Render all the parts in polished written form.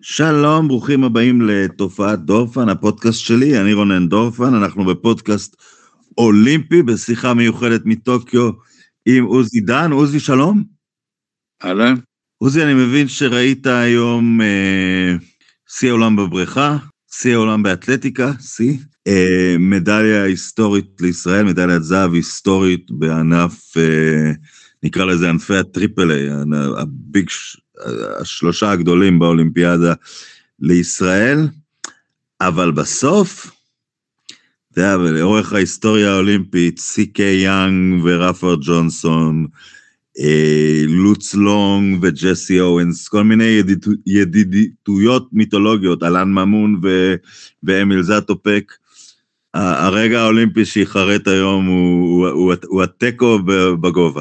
שלום, ברוכים הבאים לתופעת דורפן, הפודקאסט שלי, אני רונן דורפן, אנחנו בפודקאסט אולימפי, בשיחה מיוחדת מטוקיו עם עוזי דן. עוזי, שלום. אהלן. עוזי, אני מבין שראית היום שיא העולם בבריכה, שיא העולם באתלטיקה, מדליה היסטורית לישראל, מדליית זהב היסטורית בענף, נקרא לזה ענפי הטריפל איי, השלושה הגדולים באולימפיאדה לישראל, אבל בסוף, אתה יודע, לאורך ההיסטוריה האולימפית, סי.קיי יאנג ורפרד ג'ונסון, לוץ לונג וג'סי אוונס, כל מיני ידידויות מיתולוגיות, אלן ממון ואמיל זטופק, הרגע האולימפי שיחרט היום הוא הטקו בגובה.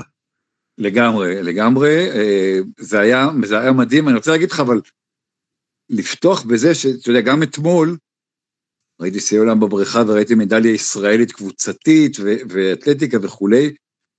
לגמרי, זה היה מדהים. אני רוצה להגיד לך, אבל לפתוח בזה שאתה יודע, גם אתמול ראיתי שיא עולם בבריכה וראיתי מדליה ישראלית קבוצתית ואתלטיקה וכולי.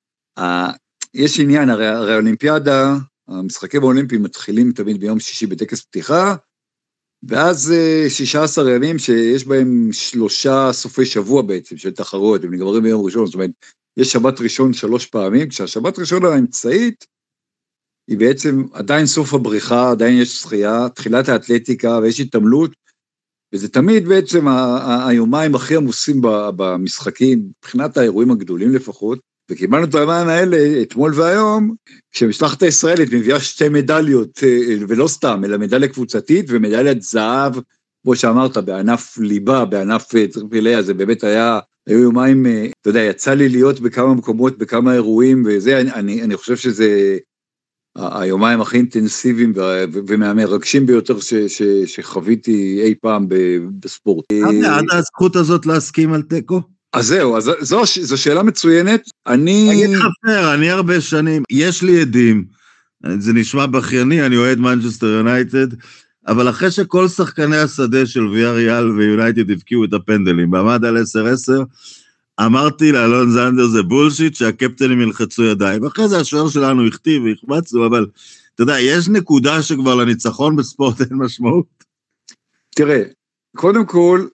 יש עניין, הרי האולימפיאדה, המשחקים האולימפיים מתחילים תמיד ביום שישי בטקס פתיחה, ואז 16 ימים שיש בהם 3 סופי שבוע בעצם של תחרות, הם נגמרים ביום ראשון, זאת אומרת, יש שבת ראשון 3 פעמים, כשהשבת ראשון האמצעית, היא בעצם עדיין סוף הבריכה, עדיין יש שחייה, תחילת האתלטיקה, ויש התעמלות, וזה תמיד בעצם היומיים הכי עמוסים במשחקים, מבחינת האירועים הגדולים לפחות, וקיבלנו את היומיים האלה, אתמול והיום, כשמשלחת הישראלית מביאה 2 מדליות, ולא סתם, אלא מדליה קבוצתית, ומדליית זהב, כמו שאמרת, בענף ליבה, בענף טריפל-איי, זה באמת היו יומיים, אתה יודע, יצא לי להיות בכמה מקומות, בכמה אירועים, וזה, אני חושב שזה היומיים הכי אינטנסיביים ומהמרגשים ביותר שחוויתי אי פעם בספורט. עד הזכות הזאת להסכים על טקו? אז זהו, זו שאלה מצוינת. אגיד לך פייר, אני הרבה שנים, יש לי עדים, זה נשמע בכייני, אני אוהד מנצ'סטר יונייטד, אבל אחרי שכל שחקני השדה של ויאריאל ויונייטד הבקיעו את הפנדלים, בעמד על 10-10, אמרתי לאלון זנדר, זה בולשיט, שהקפטנים ילחצו ידיים. אחרי זה השוער שלנו הכתיב והחמצו, אבל אתה יודע, יש נקודה שכבר לניצחון בספורט אין משמעות. תראה, קודם כל,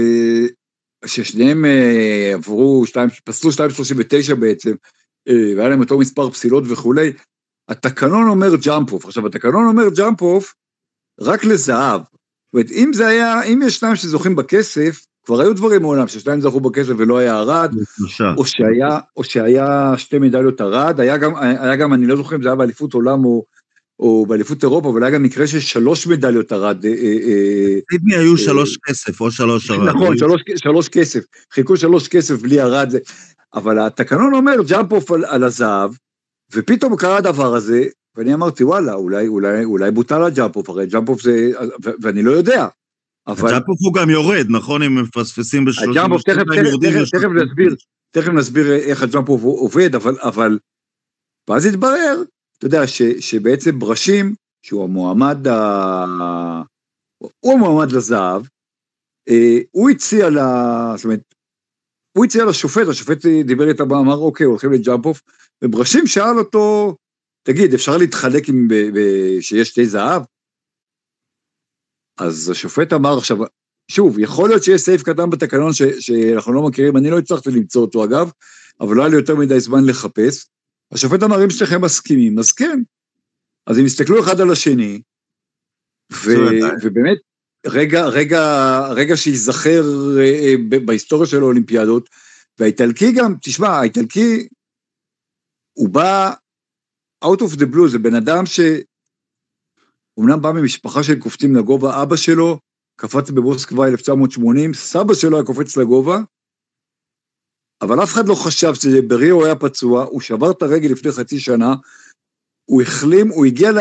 ששניהם עברו, פסלו 2.39 בעצם, והיה להם אותו מספר פסילות וכולי, התקנון אומר ג'אמפ אוף. עכשיו, התקנון אומר ג'אמפ אוף רק לזהב. זאת אומרת, אם יש 2 שזוכים בכסף, כבר היו דברים מעולם, ש2 זכו בכסף ולא היה הרד, או שהיה 2 מדליות הרד, היה גם, אני לא זוכר אם זה היה באליפות עולם או באליפות אירופה, אבל היה גם מקרה של 3 מדליות הרד. סידני היו 3 כסף, או 3 הרד. נכון, 3 כסף, חיכו 3 כסף בלי הרד, אבל התקנון אומר ג'אמפ אוף על הזהב, ופתאום קרה הדבר הזה, ואני אמרתי, וואלה, אולי בוטל הג'אמפ אוף, הרי ג'אמפ אוף זה, ואני לא יודע. הג'אמפ אוף הוא גם יורד, נכון? אם מפספסים הג'אמפ אוף, תכף נסביר איך הג'אמפ אוף עובד, אבל, ואז התברר, אתה יודע, שבעצם ברשים, שהוא המועמד לזהב, הוא הציע לשופט, השופט דיבר איתה, אמר, אוקיי, הולכים לג'אמפ אוף, וברשים שאל אותו, תגיד, אפשר להתחלק שיש 2 זהב? אז השופט אמר עכשיו, שוב, יכול להיות שיש סעיף קטן בתקנון שאנחנו לא מכירים, אני לא הצלחתי למצוא אותו אגב, אבל לא היה לי יותר מדי זמן לחפש. השופט אמר, אם שניכם מסכימים, אז כן. אז הם הסתכלו אחד על השני, ובאמת, רגע שיזכר בהיסטוריה של האולימפיאדות, והאיטלקי גם, תשמע, האיטלקי, הוא בא out of the blue, זה בן אדם אומנם בא ממשפחה של קופצים לגובה, אבא שלו קפץ במוסקבה 1980, סבא שלו היה קופץ לגובה, אבל אף אחד לא חשב שבריו היה פצוע, הוא שבר את הרגל לפני חצי שנה, הוא החלים, הוא הגיע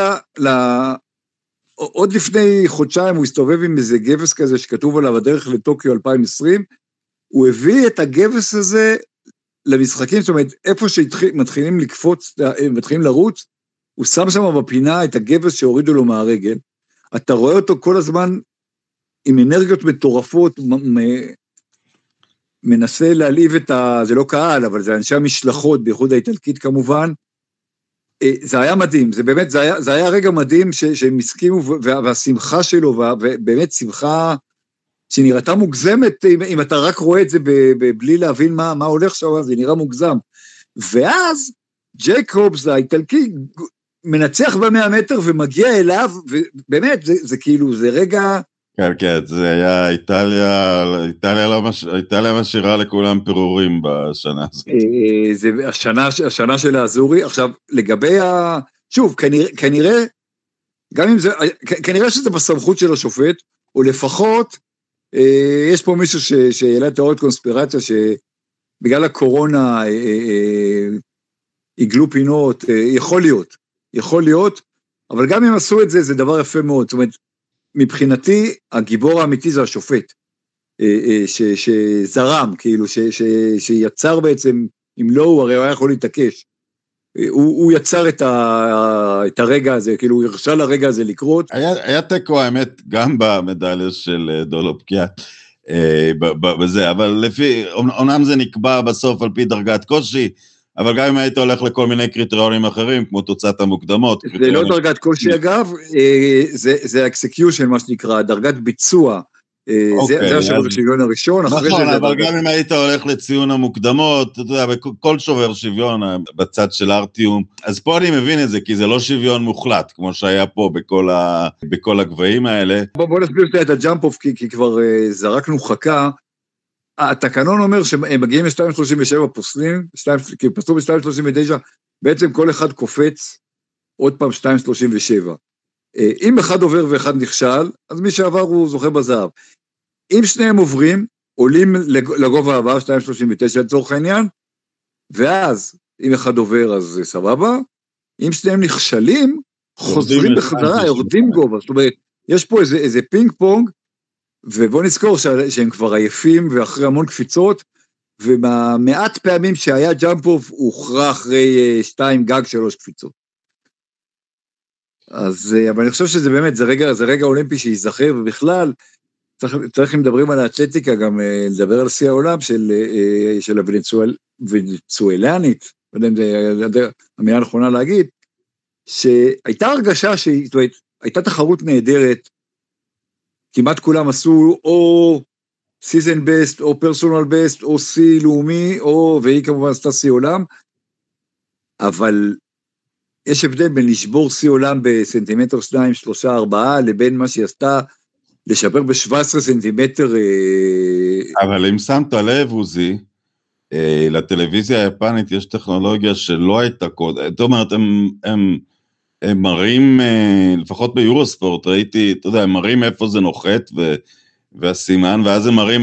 עוד לפני חודשיים, הוא הסתובב עם איזה גבס כזה שכתוב עליו הדרך לטוקיו 2020, הוא הביא את הגבס הזה למשחקים, זאת אומרת, איפה שמתחילים לקפוץ, מתחילים לרוץ, הוא שם שם בפינה את הגבס שהורידו לו מהרגל, אתה רואה אותו כל הזמן עם אנרגיות מטורפות, מנסה להעליב זה לא קהל, אבל זה אנשי המשלחות, בייחוד האיטלקית כמובן, זה היה מדהים, זה באמת, זה היה רגע מדהים שהם הסכימו, והשמחה שלו, ובאמת שמחה שנראתה מוגזמת, אם אתה רק רואה את זה בלי להבין מה הולך שם, זה נראה מוגזם. ואז ג'ייקובס האיטלקי מנצח ב100 מטר ומגיע אליו, ובאמת זה כאילו, זה רגע... כן, כן, זה היה איטליה משאירה לכולם פירורים בשנה הזאת. זה השנה של האזורי, עכשיו לגבי שוב, כנראה, גם אם זה, כנראה שזה בסמכות של השופט, או לפחות, יש פה מישהו שהעלה תיאוריות קונספירציה, שבגלל הקורונה עיגלו פינות, יכול להיות, אבל גם אם עשו את זה, זה דבר יפה מאוד, זאת אומרת, מבחינתי, הגיבור האמיתי זה השופט, שזרם, כאילו, שיצר בעצם, אם לא, הוא הרי היה יכול להתעקש, הוא יצר את הרגע הזה, כאילו, הוא הרשה לרגע הזה לקרות. היה תיקו, האמת, גם במדליה של דולובקיאט, בזה, אבל לפי, אומנם זה נקבע בסוף על פי דרגת קושי, אבל גם אם היית הולך לכל מיני קריטריונים אחרים, כמו תוצאת המוקדמות. זה לא דרגת קושי אגב, זה האקסקיושן, מה שנקרא, דרגת ביצוע, זה השובר שוויון הראשון. נכון, אבל גם אם היית הולך לציון המוקדמות, אתה יודע, בכל שובר שוויון בצד של ארטיום, אז פה אני מבין את זה, כי זה לא שוויון מוחלט, כמו שהיה פה בכל הגבהים האלה. בוא נסביר את הג'אמפ אוף, כי כבר זרקנו חכה, התקנון אומר שהם מגיעים ל-2.37 פוסלים, כי פסלו ב-2.39, בעצם כל אחד קופץ עוד פעם 2.37. אם אחד עובר ואחד נכשל, אז מי שעבר הוא זוכה בזהב. אם שניהם עוברים, עולים לגובה הבא, 2.39 לצורך העניין, ואז אם אחד עובר אז זה סבבה, אם שניהם נכשלים, חוזרים בחזרה, יורדים גובה, זאת אומרת, יש פה איזה פינג פונג, ובוא נזכור שהם כבר עייפים ואחרי המון קפיצות, ומעט פעמים שהיה ג'אמפ-אוף הוא הוכרע אחרי 2 גג 3 קפיצות. אז, אבל אני חושב שזה באמת, זה רגע אולימפי שיזכר, ובכלל, צריך אם מדברים על האתלטיקה, גם לדבר על שיא העולם של הוונצואלנית, לא יודע אם זה המילה הנכונה להגיד, שהייתה הרגשה שהייתה תחרות נהדרת, כמעט כולם עשו או סיזן בסט, או פרסונל בסט, או סי לאומי, והיא כמובן עשתה סי עולם, אבל יש הבדל בין לשבור סי עולם בסנטימטר 2, 3, 4, לבין מה שהיא עשתה, לשפר ב-17 סנטימטר. אבל אם שמת לב, עוזי, לטלוויזיה היפנית יש טכנולוגיה שלא הייתה קודם, זאת אומרת, הם מראים, לפחות ביורוספורט, ראיתי, אתה יודע, הם מראים איפה זה נוחת, והסימן, ואז הם מראים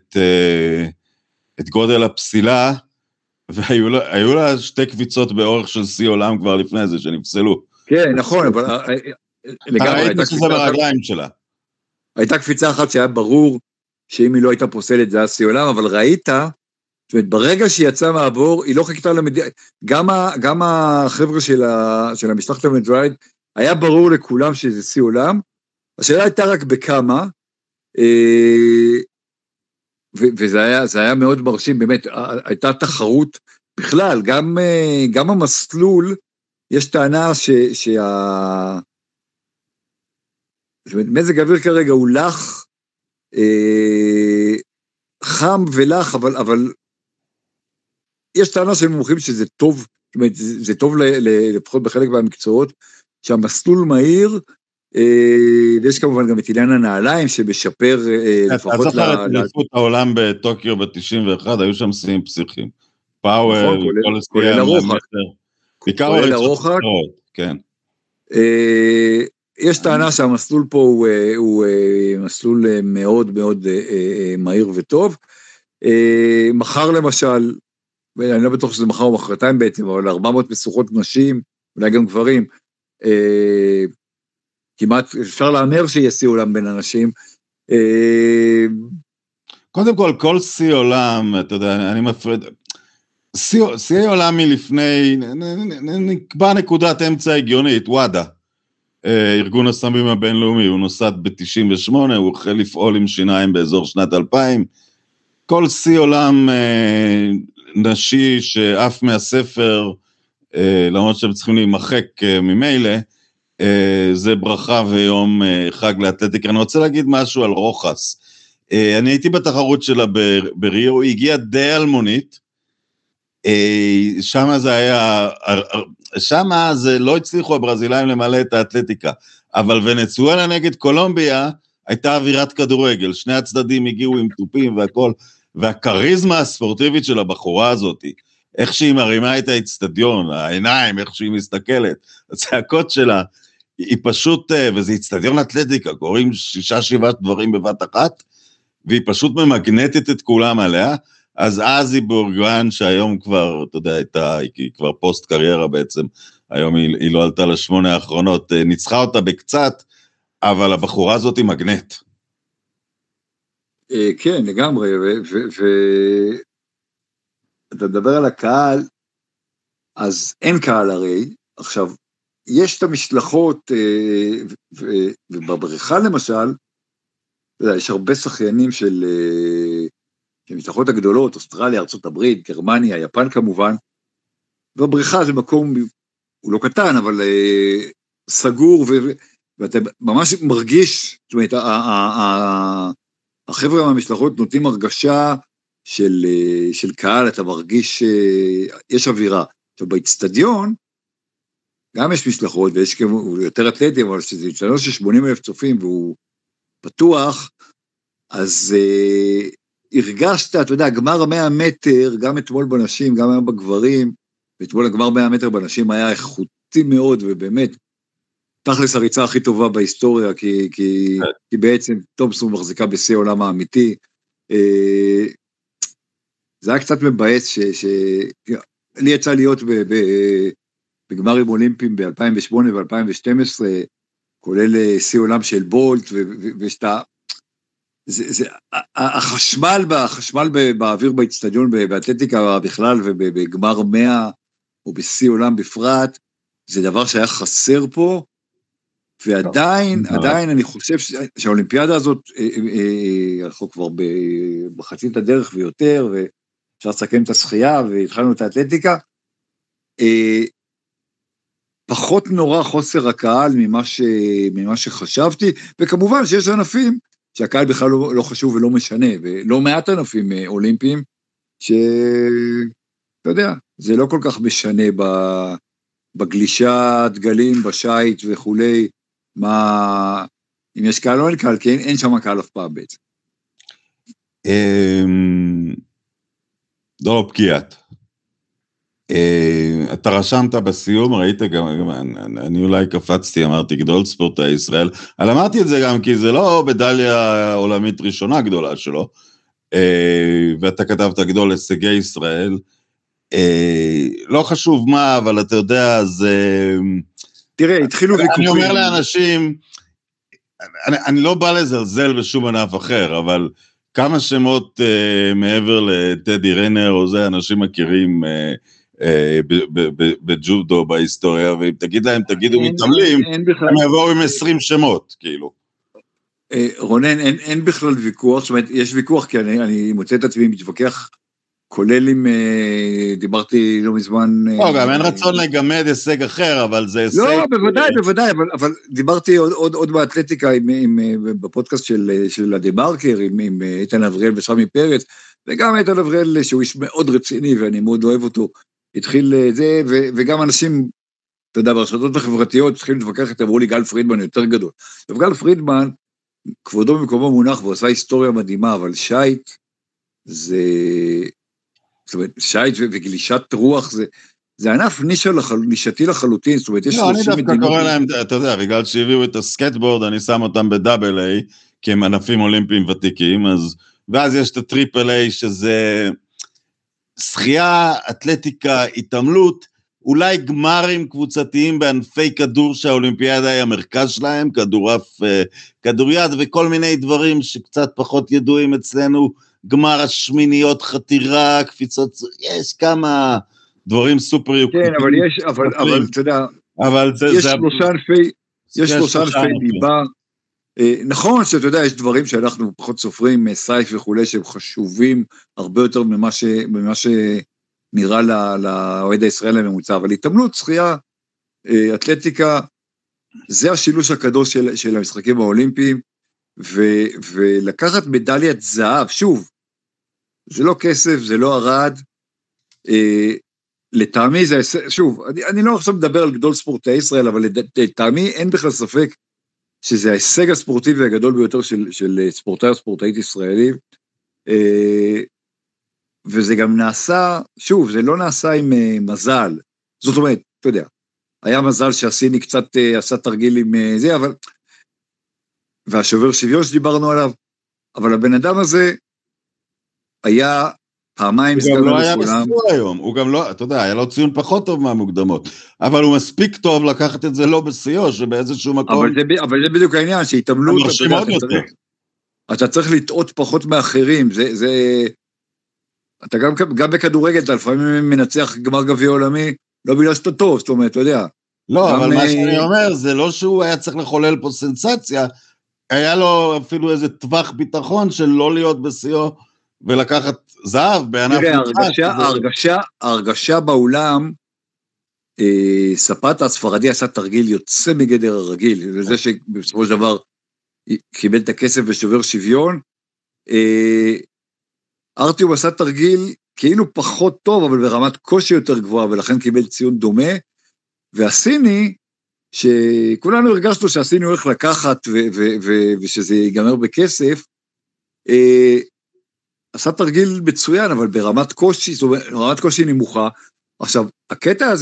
את גודל הפסילה, והיו לה 2 קביצות באורך של שיא עולם כבר לפני זה, שנפסלו. כן, נכון, אבל ראית שזה ברגליים שלה. הייתה קפיצה אחת שהיה ברור, שאם היא לא הייתה פוסלת, זה היה שיא עולם, אבל ראית, זאת אומרת, ברגע שהיא יצאה מהבור, היא לא חיכתה למדינה, גם החבר'ה של המשלחת הוונצואלית, היה ברור לכולם שזה שיא עולם, השאלה הייתה רק בכמה, וזה היה מאוד מרשים, באמת, הייתה תחרות בכלל, גם המסלול, יש טענה מזג האוויר כרגע הוא לח, חם ולח, אבל יש טענה שהם מומחים שזה טוב, זאת אומרת, זה טוב לפחות בחלק מהמקצועות, שהמסלול מהיר, ויש כמובן גם את עניין הנעליים, שמשפר לפחות אתה זוכר את אליפות העולם בטוקיו ב-91, היו שם שיאים פסיכיים. פאוור, כולל הרוחק. כולל הרוחק. כן. יש טענה שהמסלול פה הוא מסלול מאוד מאוד מהיר וטוב. מחר למשל, אני לא בטוח שזה מחר או מחרתיים בעצם, אבל 400 משוכות נשים, אולי גם גברים, כמעט אפשר לאמר שיהיה שיא עולם בין אנשים. קודם כל שיא עולם, אתה יודע, אני מפריד, שיא עולם מלפני, נקבע נקודת אמצע הגיונית, וואדה, ארגון הסמים הבינלאומי, הוא נוסד ב-98, הוא החל לפעול עם שיניים באזור שנת 2000, כל שיא עולם נשי שאף מהספר, למרות שהם צריכים להימחק ממילא, זה ברכה ויום חג לאתלטיקה. אני רוצה להגיד משהו על רוחס. אני הייתי בתחרות שלה בריו, היא הגיעה די אלמונית, שמה זה היה, שמה זה לא הצליחו הברזילאים למלא את האתלטיקה, אבל ונצואלה נגד קולומביה, הייתה אווירת כדורגל, שני הצדדים הגיעו עם טופים והכל, והקריזמה הספורטיבית של הבחורה הזאת, איך שהיא מרימה את האצטדיון, העיניים, איך שהיא מסתכלת, הצעקות שלה, היא פשוט, וזה אצטדיון אתלטיקה, קוראים 6-7 דברים בבת אחת, והיא פשוט ממגנטת את כולם עליה, אז אזי בורגן, שהיום כבר, אתה יודע, היא כבר פוסט קריירה בעצם, היום היא לא עלתה ל8 האחרונות, ניצחה אותה בקצת, אבל הבחורה הזאת היא מגנט. כן, לגמרי, אתה מדבר על הקהל, אז אין קהל הרי, עכשיו, יש את המשלחות, ובבריכה למשל, יש הרבה שחיינים של המשלחות הגדולות, אוסטרליה, ארצות הברית, גרמניה, יפן כמובן, והבריכה זה מקום, הוא לא קטן, אבל סגור, ואתה ממש מרגיש, זאת אומרת, החבר'ה מהמשלחות נותנים הרגשה של קהל, אתה מרגיש שיש אווירה. עכשיו, באצטדיון, גם יש משלחות, ויש יותר אתלטים, אבל שזה אצטדיון של 80,000 צופים, והוא פתוח, אז הרגשת, אתה יודע, גמר 100 מטר, גם אתמול בנשים, גם היום בגברים, ואתמול הגמר 100 מטר בנשים היה איכותי מאוד, ובאמת, תכלס הריצה הכי טובה בהיסטוריה, כי בעצם תומפסון מחזיקה בשיא העולם האמיתי. זה היה קצת מבאס, לי יצא להיות בגמרים אולימפיים ב-2008 ו-2012, כולל שיא עולם של בולט, ושאתה, החשמל באוויר באצטדיון, באתלטיקה בכלל, ובגמר 100, או בשיא עולם בפרט, זה דבר שהיה חסר פה, ועדיין אני חושב שהאולימפיאדה הזאת, אנחנו כבר בחצית הדרך ויותר, ואפשר לסכם את השחייה, והתחלנו את האתלטיקה, פחות נורא חוסר הקהל ממה שחשבתי, וכמובן שיש ענפים שהקהל בכלל לא חשוב ולא משנה, ולא מעט ענפים אולימפיים, אתה יודע, זה לא כל כך משנה בגלישת גלים, בשייט וכולי, אם יש קהל או אין קהל, כי אין שם קהל אף פעם בעצם. לא פגיעת. אתה רשמת בסיום, ראית גם, אני אולי קפצתי, אמרתי גדול ספורטאי ישראל, אבל אמרתי את זה גם כי זה לא מדליה עולמית ראשונה גדולה שלו, ואתה כתבת גדול הישגי ישראל, לא חשוב מה, אבל אתה יודע, זה... תראה, התחילו ויכוחים. אני אומר לאנשים, אני לא בא לזלזל בשום ענף אחר, אבל כמה שמות מעבר לטדי רנר, או זה אנשים מכירים בג'ודו, בהיסטוריה, ואם תגיד להם, תגידו מתעמלים, הם יבואו עם 20 שמות, כאילו. רונן, אין בכלל ויכוח, זאת אומרת, יש ויכוח, כי אני מוצא את עצמי מתווכח, כולל אם דיברתי לא מזמן... לא, גם אין רצון לגמד הישג אחר, אבל זה הישג... לא, בוודאי, אבל דיברתי עוד באתלטיקה בפודקאסט של הדה-מרקר, עם איתן אבריאל ושמי פרץ, וגם איתן אבריאל, שהוא איש מאוד רציני, ואני מאוד אוהב אותו, התחיל זה, וגם אנשים, אתה יודע, ברשתות החברתיות, התחילו להתווכח, אמרו לי גל פרידמן יותר גדול. גל פרידמן, כבודו במקומו מונח, והוא עשה היסטוריה מדהימה, אבל שייט, זאת אומרת, שייט וגלישת רוח, זה ענף נישתי לחלוטין, זאת אומרת, יש... לא, אני דווקא קורא להם, אתה יודע, בגלל שהביאו את הסקטבורד, אני שם אותם בדאבל איי, כי הם ענפים אולימפיים ותיקים, ואז יש את הטריפל איי, שזה שחייה, אתלטיקה, התעמלות, אולי גמרים קבוצתיים בענפי כדור שהאולימפיאדה היא המרכז שלהם, כדורף, כדוריד וכל מיני דברים שקצת פחות ידועים אצלנו, גמר השמיניות, חתירה, קפיצות, יש כמה דברים סופר יוקדים. כן, אבל אתה יודע, יש שלושה ענפי דיבה, נכון שאתה יודע, יש דברים שאנחנו פחות סופרים, סייף וכולי, שהם חשובים הרבה יותר ממה נראה לאוהד הישראלי הממוצע, אבל התאמנות, שחייה, אתלטיקה, זה השילוש הקדוש של המשחקים האולימפיים, ולקחת מדליית זהב, שוב, זה לא כסף, זה לא ערד, לטעמי זה, שוב, אני לא עכשיו מדבר על גדול ספורטאי ישראל, אבל לטעמי אין בכלל ספק, שזה ההישג הספורטיבי הגדול ביותר של ספורטאי או ספורטאית ישראלים, וזה גם נעשה, שוב, זה לא נעשה עם מזל, זאת אומרת, אתה יודע, היה מזל שהסיני קצת עשה תרגיל עם זה, אבל, והשובר שוויון שדיברנו עליו, אבל הבן אדם הזה היה פעמיים סגן לכולם. הוא גם לא היה בספור היום, הוא גם לא, אתה יודע, היה לו ציון פחות טוב מהמוקדמות, אבל הוא מספיק טוב לקחת את זה לא בסיוע, שבאיזשהו מקום... אבל זה בדיוק העניין, שהתאמנות, אתה צריך לטעות פחות מאחרים, אתה גם בכדורגל, אתה לפעמים מנצח גמר גביע עולמי, לא בגלל שאתה טוב, זאת אומרת, אתה יודע. לא, אבל מה שאני אומר, זה לא שהוא היה צריך לחולל פה סנסציה, היה לו אפילו איזה טווח ביטחון של לא להיות בסיוע, ולקחת זהב בענף נצחק. ההרגשה באולם, ספטה הספרדי עשה תרגיל יוצא מגדר הרגיל, וזה שבסופו של דבר קיבל את הכסף ושובר שוויון, ארטיום עשה תרגיל כאילו פחות טוב, אבל ברמת קושי יותר גבוהה, ולכן קיבל ציון דומה, והסיני, שכולנו הרגשנו שהסיני הולך לקחת, ושזה ייגמר בכסף, עשה תרגיל מצוין, אבל ברמת קושי, זאת אומרת, ברמת קושי נמוכה. עכשיו, הקטע הזה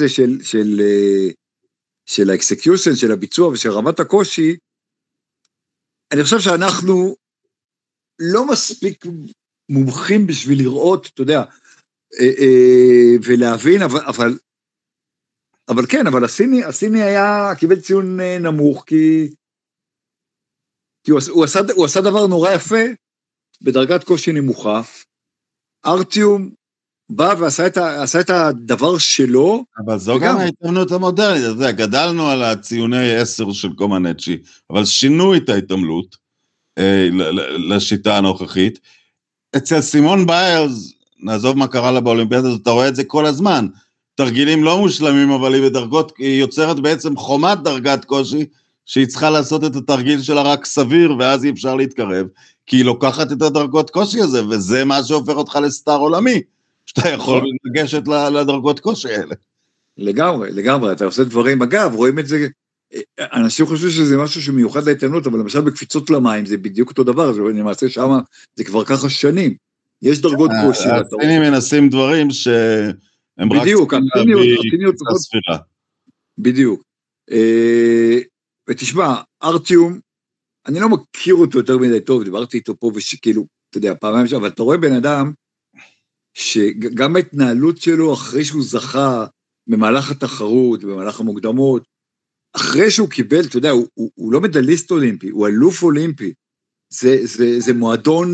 של האקסקיושן, של הביצוע ושל רמת הקושי, אני חושב שאנחנו לא מספיק מומחים בשביל לראות, אתה יודע, ולהבין, אבל כן, אבל הסיני היה, קיבל ציון נמוך, כי הוא עשה דבר נורא יפה, בדרגת קושי נמוכה, ארטיום בא ועשה את הדבר שלו. אבל זו גם ההתאמנות המודרנית, אתה יודע, גדלנו על הציוני 10 של קומנצ'י, אבל שינו את ההתאמנות לשיטה הנוכחית. אצל סימון ביילס, נעזוב מה קרה לה באולימפיאדה, אתה רואה את זה כל הזמן, תרגילים לא מושלמים, אבל היא יוצרת בעצם חומת דרגת קושי, שהיא צריכה לעשות את התרגיל שלה רק סביר, ואז אי אפשר להתקרב, כי היא לוקחת את הדרגות קושי הזה, וזה מה שהופך אותך לסטאר עולמי, שאתה יכול לגשת לדרגות קושי האלה. לגמרי, אתה עושה דברים, אגב, רואים את זה, אנשים חושבים שזה משהו שמיוחד להתאמנות, אבל למשל בקפיצות למים, זה בדיוק אותו דבר, למעשה שם, זה כבר ככה שנים, יש דרגות קושי. הסינים מנסים דברים שהם רק בדיוק, הסיניות ספירה. בדיוק. ותשמע, ארטיום, אני לא מכיר אותו יותר מדי טוב, דיברתי איתו פה ושכאילו, אתה יודע, פעמיים שם, אבל אתה רואה בן אדם, שגם ההתנהלות שלו, אחרי שהוא זכה, במהלך התחרות, במהלך המוקדמות, אחרי שהוא קיבל, אתה יודע, הוא לא מדליסט אולימפי, הוא אלוף אולימפי, זה מועדון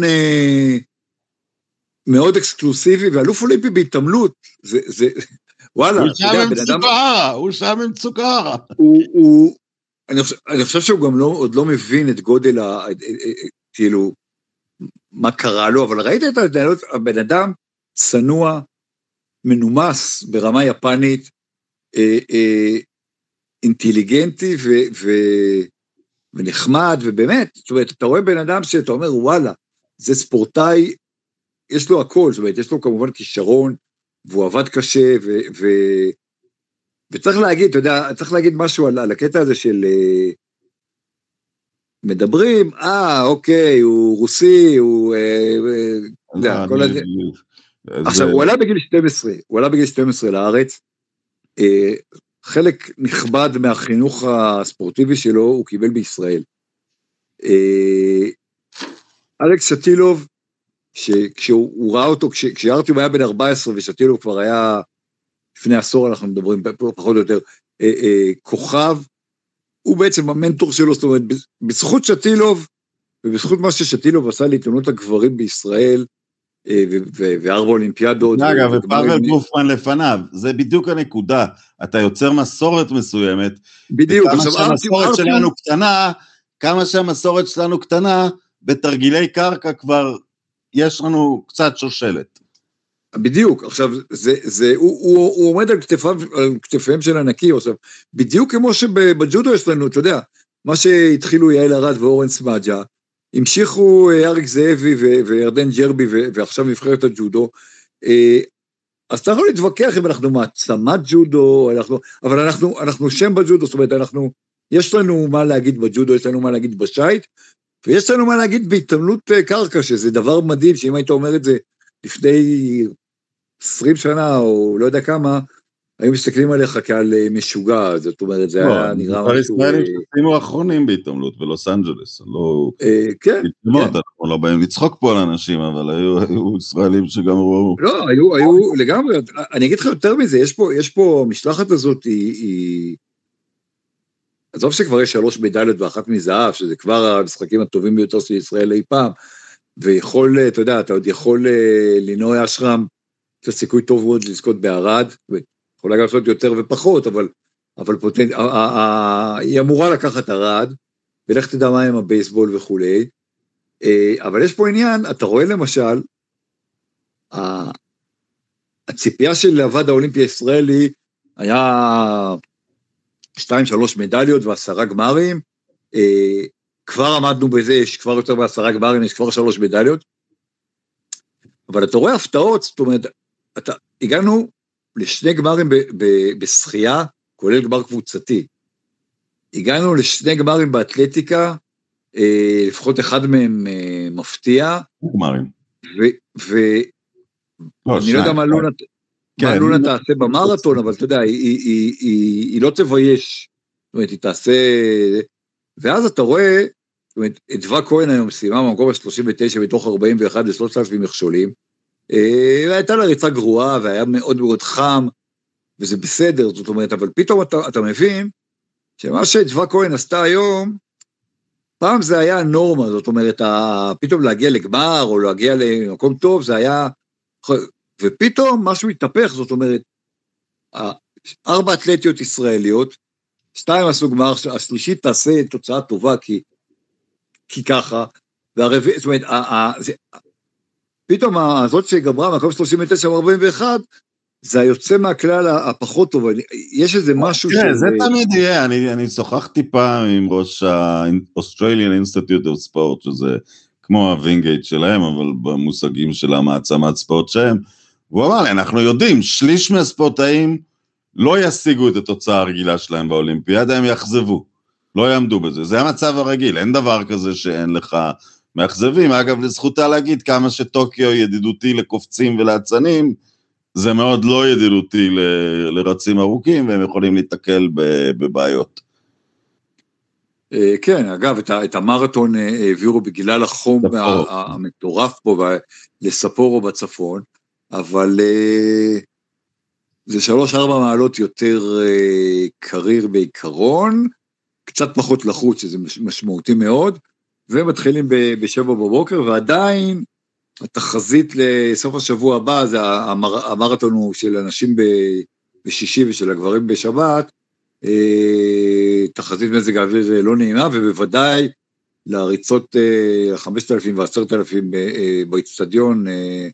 מאוד אקסקלוסיבי, ואלוף אולימפי בהתעמלות, זה, וואלה, הוא שם עם צוקרה. אני חושב שהוא גם עוד לא מבין את גודל, כאילו, מה קרה לו, אבל ראית את הבן אדם צנוע, מנומס ברמה יפנית, אינטליגנטי ונחמד, ובאמת, זאת אומרת, אתה רואה בן אדם שאתה אומר, וואלה, זה ספורטאי, יש לו הכל, זאת אומרת, יש לו כמובן כישרון, והוא עבד קשה, וצריך להגיד, אתה יודע, צריך להגיד משהו על הקטע הזה של, מדברים, אוקיי, הוא רוסי, הוא, כל הזה. עכשיו, הוא עלה בגיל 12 לארץ, חלק נכבד מהחינוך הספורטיבי שלו, הוא קיבל בישראל. אלכס שטילוב, כשהוא ראה אותו, כשארטיום היה בן 14, ושטילוב כבר היה, לפני עשור אנחנו מדברים, פחות או יותר, כוכב, הוא בעצם המנטור שלו, זאת אומרת, בזכות שטילוב, ובזכות מה ששטילוב עשה להתאמנות הגברים בישראל, וארבע אולימפיאדות. אגב, ופאבל גופמן לפניו, זה בדיוק הנקודה, אתה יוצר מסורת מסוימת, בדיוק, כמה שהמסורת שלנו קטנה, בתרגילי קרקע כבר יש לנו קצת שושלת. בדיוק, עכשיו, הוא עומד על כתפיהם של ענקים, עכשיו, בדיוק כמו שבג'ודו יש לנו, אתה יודע, מה שהתחילו יעל ארד ואורן סמאג'ה, המשיכו אריק זאבי וירדן ג'רבי, ועכשיו נבחרת הג'ודו, אז צריך להתווכח אם אנחנו מעצמת ג'ודו, אבל אנחנו שם בג'ודו, זאת אומרת, יש לנו מה להגיד בג'ודו, יש לנו מה להגיד בשייט, ויש לנו מה להגיד בהתעמלות קרקע, שזה דבר מדהים, שאם היית אומר את זה לפני 20 שנה, או לא יודע כמה, היו מסתכלים עליך כעל משוגע, זאת אומרת, זה היה נראה משהו... ישראלים ששימו האחרונים בהתעמלות, בלוס אנג'לס, לא... כן. אנחנו לא באים לצחוק פה על אנשים, אבל היו ישראלים שגם ראו... לא, היו לגמרי, אני אגיד לך יותר מזה, יש פה, המשלחת הזאת היא... עזוב שכבר יש 3 מדליות ואחת מזהב, שזה כבר המשחקים הטובים ביותר של ישראל אי פעם, ויכול, אתה יודע, אתה עוד יכול לינוי אשרם, יש סיכוי טוב מאוד לזכות בערד, יכולה גם לעשות יותר ופחות, אבל היא אמורה לקחת ערד, ולך תדע מה עם הבייסבול וכו'. אבל יש פה עניין, אתה רואה למשל, הציפייה של הוועד האולימפי הישראלי, היה 2-3 מדליות ו10 גמרים, כבר עמדנו בזה, יש כבר יותר ב10 גמרים, יש כבר 3 מדליות, אבל אתה רואה הפתעות, זאת אומרת, הגענו ל2 גמרים בשחייה, כולל גמר קבוצתי, הגענו ל2 גמרים באתלטיקה, לפחות אחד מהם מפתיע, גמרים. ואני לא יודע מה לונה תעשה במרתון, אבל אתה יודע, היא לא תבייש, זאת אומרת, היא תעשה, ואז אתה רואה, זאת אומרת, דווה כהן היום סיימה במקום ה-39 מתוך 41 ל3,000 מכשולים, והייתה לה ריצה גרועה, והיה מאוד מאוד חם, וזה בסדר, זאת אומרת, אבל פתאום אתה מבין, שמה שדווה כהן עשתה היום, פעם זה היה הנורמה, זאת אומרת, פתאום להגיע לגמר, או להגיע למקום טוב, זה היה, ופתאום משהו התהפך, זאת אומרת, 4 אתלטיות ישראליות, 2 עשו גמר, השלישית תעשה תוצאה טובה, כי ככה, והרביעית, זאת אומרת, פתאום הזאת שגמרה, מקום 39-41, זה היוצא מהכלל הפחות טוב, יש איזה משהו כן, זה תמיד יהיה, אני שוחחתי פעם עם ראש ה-Australian Institute of Sport, שזה כמו הווינגייט שלהם, אבל במושגים של המעצמת ספורט שהם, והוא אמר לי, אנחנו יודעים, שליש מהספורטאים לא ישיגו את התוצאה הרגילה שלהם באולימפיאדה, הם יחזבו, לא יעמדו בזה, זה המצב הרגיל, אין דבר כזה שאין לך מאכזבים, אגב, לזכותה להגיד כמה שטוקיו ידידותי לקופצים ולעצנים, זה מאוד לא ידידותי לרצים ארוכים, והם יכולים להתקל בבעיות. כן, אגב, את המרתון העבירו בגלל החום המטורף פה, לספורו בצפון, אבל זה 3-4 מעלות יותר קריר בעיקרון, קצת פחות לחוץ, שזה משמעותי מאוד, ומתחילים ב7 בבוקר, ועדיין התחזית לסוף השבוע הבא, זה המרתון הוא של אנשים בשישי ושל הגברים בשבת, תחזית מזג האוויר לא נעימה, ובוודאי להריצות 5,000 ו10,000 באצטדיון,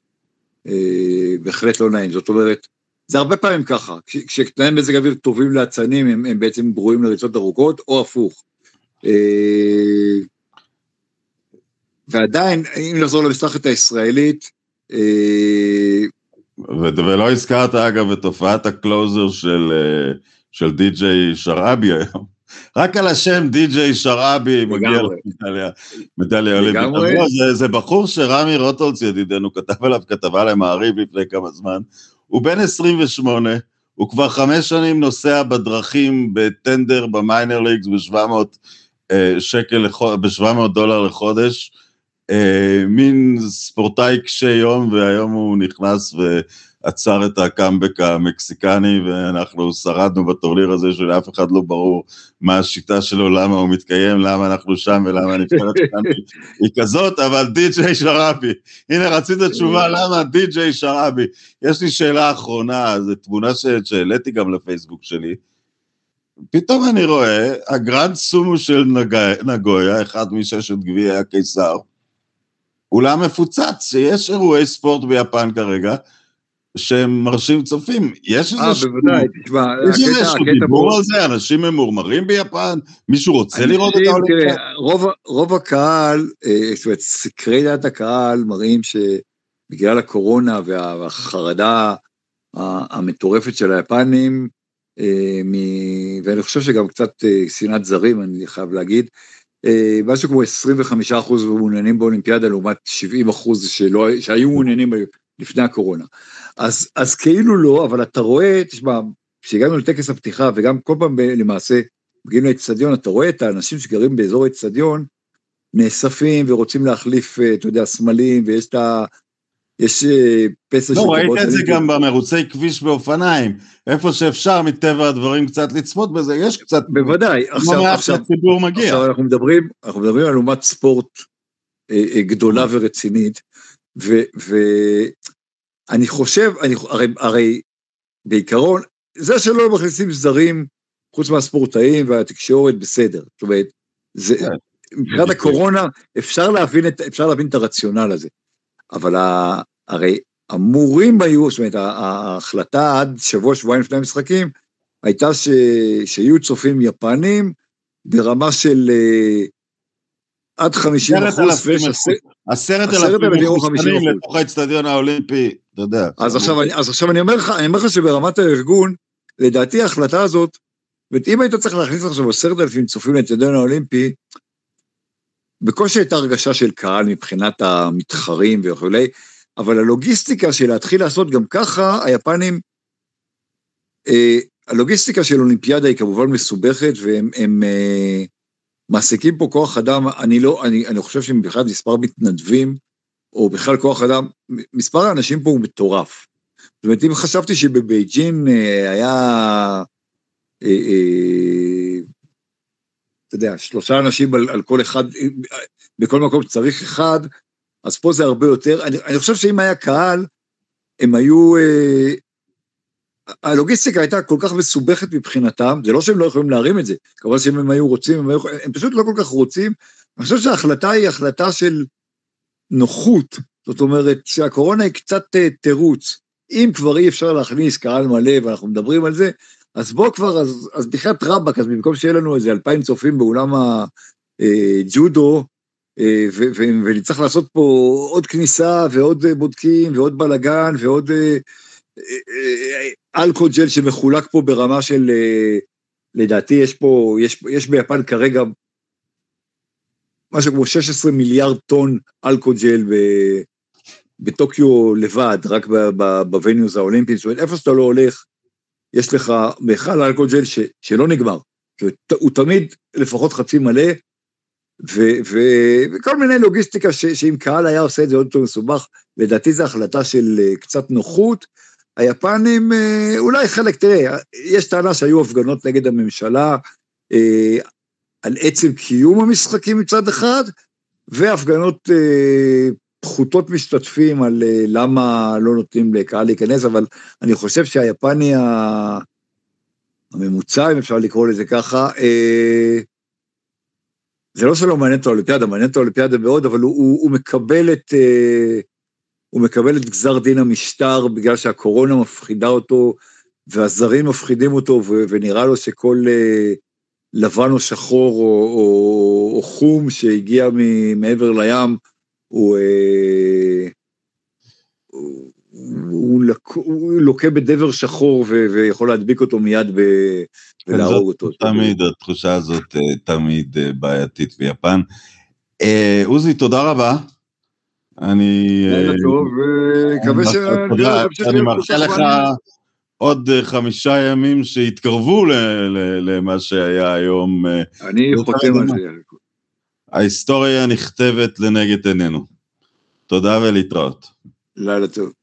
בהחלט לא נעים, זאת אומרת, זה הרבה פעמים ככה, כשתנאי מזג האוויר טובים לעצנים, הם בעצם גרועים לריצות ארוכות, או הפוך. ועדיין, אם נחזור למשלחת הישראלית, ולא הזכרת אגב את תופעת הקלוזר של די.ג'יי שרעבי היום, רק על השם די.ג'יי שרעבי מגיע למדליה אולימפית. זה בחור שרמי רוטולץ ידידנו כתב עליו כתבה למעריב לפני כמה זמן, הוא בן 28, הוא כבר 5 שנים נוסע בדרכים בטנדר במיינר ליגס $700 לחודש, מין ספורטאי קשה יום, והיום הוא נכנס ועצר את הקאמבק המקסיקני, ואנחנו שרדנו בטורניר הזה שלאף אחד לא ברור מה השיטה שלו, למה הוא מתקיים, למה אנחנו שם ולמה הנבחרת שלנו היא כזאת, אבל די.ג'יי שרעבי, הנה רצית תשובה למה די.ג'יי שרעבי. יש לי שאלה אחרונה, זו תמונה שהעליתי גם לפייסבוק שלי, פתאום אני רואה, הגרנד סומו של נגויה, אחד מ6 גביעי הקיסר, אולם מפוצץ, שיש אירועי ספורט ביפן כרגע, שהם מרשים צופים. יש בוודאי, תשמע, יש איזשהו דיבור על זה, אנשים ממורמרים ביפן, מישהו רוצה לראות את האולימפיאדה? רוב הקהל, זאת אומרת, סקרי דעת הקהל מראים שבגלל הקורונה והחרדה המטורפת של היפנים, ואני חושב שגם קצת שנאת זרים, אני חייב להגיד, משהו כמו 25% מעוניינים באולימפיאדה, לעומת 70% שהיו מעוניינים לפני הקורונה. אז כאילו לא, אבל אתה רואה, תשמע, כשהגענו לטקס הפתיחה, וגם כל פעם למעשה, מגיעים לאצטדיון, אתה רואה את האנשים שגרים באזור האצטדיון, נאספים ורוצים להחליף, אתה יודע, סמלים, ויש יש פסע לא, ראית את זה גם במרוצי כביש באופניים, איפה שאפשר מטבע הדברים קצת לצפות בזה, יש קצת... בוודאי, עכשיו אנחנו מדברים על אומת ספורט גדולה ורצינית, ואני חושב, הרי בעיקרון, זה שלא מכניסים זרים, חוץ מהספורטאים והתקשורת בסדר, זאת אומרת, מבחינת הקורונה, אפשר להבין את הרציונל הזה, אבל הרי אמורים היו, זאת אומרת, ההחלטה עד שבועיים לפני המשחקים, הייתה שיהיו צופים יפנים, ברמה של עד 50%, 10,000 מחוסנים לתוך האצטדיון האולימפי, אתה יודע. אז עכשיו אני אומר לך שברמת הארגון, לדעתי ההחלטה הזאת, ואם היית צריך להכניס עכשיו 10,000 צופים לאצטדיון האולימפי, בקושי הייתה הרגשה של קהל מבחינת המתחרים וכו', אבל הלוגיסטיקה של להתחיל לעשות גם ככה, היפנים, הלוגיסטיקה של אולימפיאדה היא כמובן מסובכת, והם מעסיקים פה כוח אדם, אני חושב שהם בכלל מספר מתנדבים, או בכלל כוח אדם, מספר האנשים פה הוא מטורף. זאת אומרת, אם חשבתי שבבייג'ין היה, אתה יודע, 3 אנשים על כל אחד, בכל מקום שצריך אחד, אז פה זה הרבה יותר. אני חושב שאם היה קהל, הם היו, הלוגיסטיקה הייתה כל כך מסובכת מבחינתם, זה לא שהם לא יכולים להרים את זה, כמובן שאם הם היו רוצים, הם פשוט לא כל כך רוצים. אני חושב שההחלטה היא החלטה של נוחות, זאת אומרת שהקורונה היא קצת תירוץ, אם כבר אי אפשר להכניס קהל מלא, ואנחנו מדברים על זה, אז בוא כבר, אז בכלל רבק, אז במקום שיהיה לנו איזה 2,000 צופים באולם הג'ודו, ונצטרך לעשות פה עוד כניסה, ועוד בודקים, ועוד בלגן, ועוד אלכוהול ג'ל שמחולק פה ברמה של, לדעתי יש ביפן כרגע, משהו כמו 16 מיליארד טון אלכוהול ג'ל בטוקיו לבד, רק בווניוס האולימפיים, זאת אומרת, איפה שאתה לא הולך, יש לך מיכל אלכוהול ג'ל שלא נגמר, הוא תמיד לפחות חצי מלא, וכל מיני לוגיסטיקה שאם קהל היה עושה את זה עוד יותר מסובך, לדעתי זו החלטה של קצת נוחות, היפנים אולי חלק, תראה, יש טענה שהיו הפגנות נגד הממשלה, על עצם קיום המשחקים מצד אחד, והפגנות פחותות משתתפים על למה לא נותנים לקהל להיכנס, אבל אני חושב שהיפני הממוצע, אם אפשר לקרוא לזה ככה, זה לא שלא מעניין את האולימפיאדה, מעניין את האולימפיאדה מאוד, אבל הוא מקבל את גזר דין המשטר, בגלל שהקורונה מפחידה אותו, והזרים מפחידים אותו, ונראה לו שכל לבן או שחור או חום שהגיע מעבר לים, הוא לוקה בדבר שחור ויכול להדביק אותו מיד ולהרוג אותו. תמיד, התחושה הזאת תמיד בעייתית ביפן. עוזי, תודה רבה. אני מאחל לך עוד 5 ימים שהתקרבו למה שהיה היום. אני חותם על זה. ההיסטוריה נכתבת לנגד עינינו. תודה ולהתראות. לילה טוב.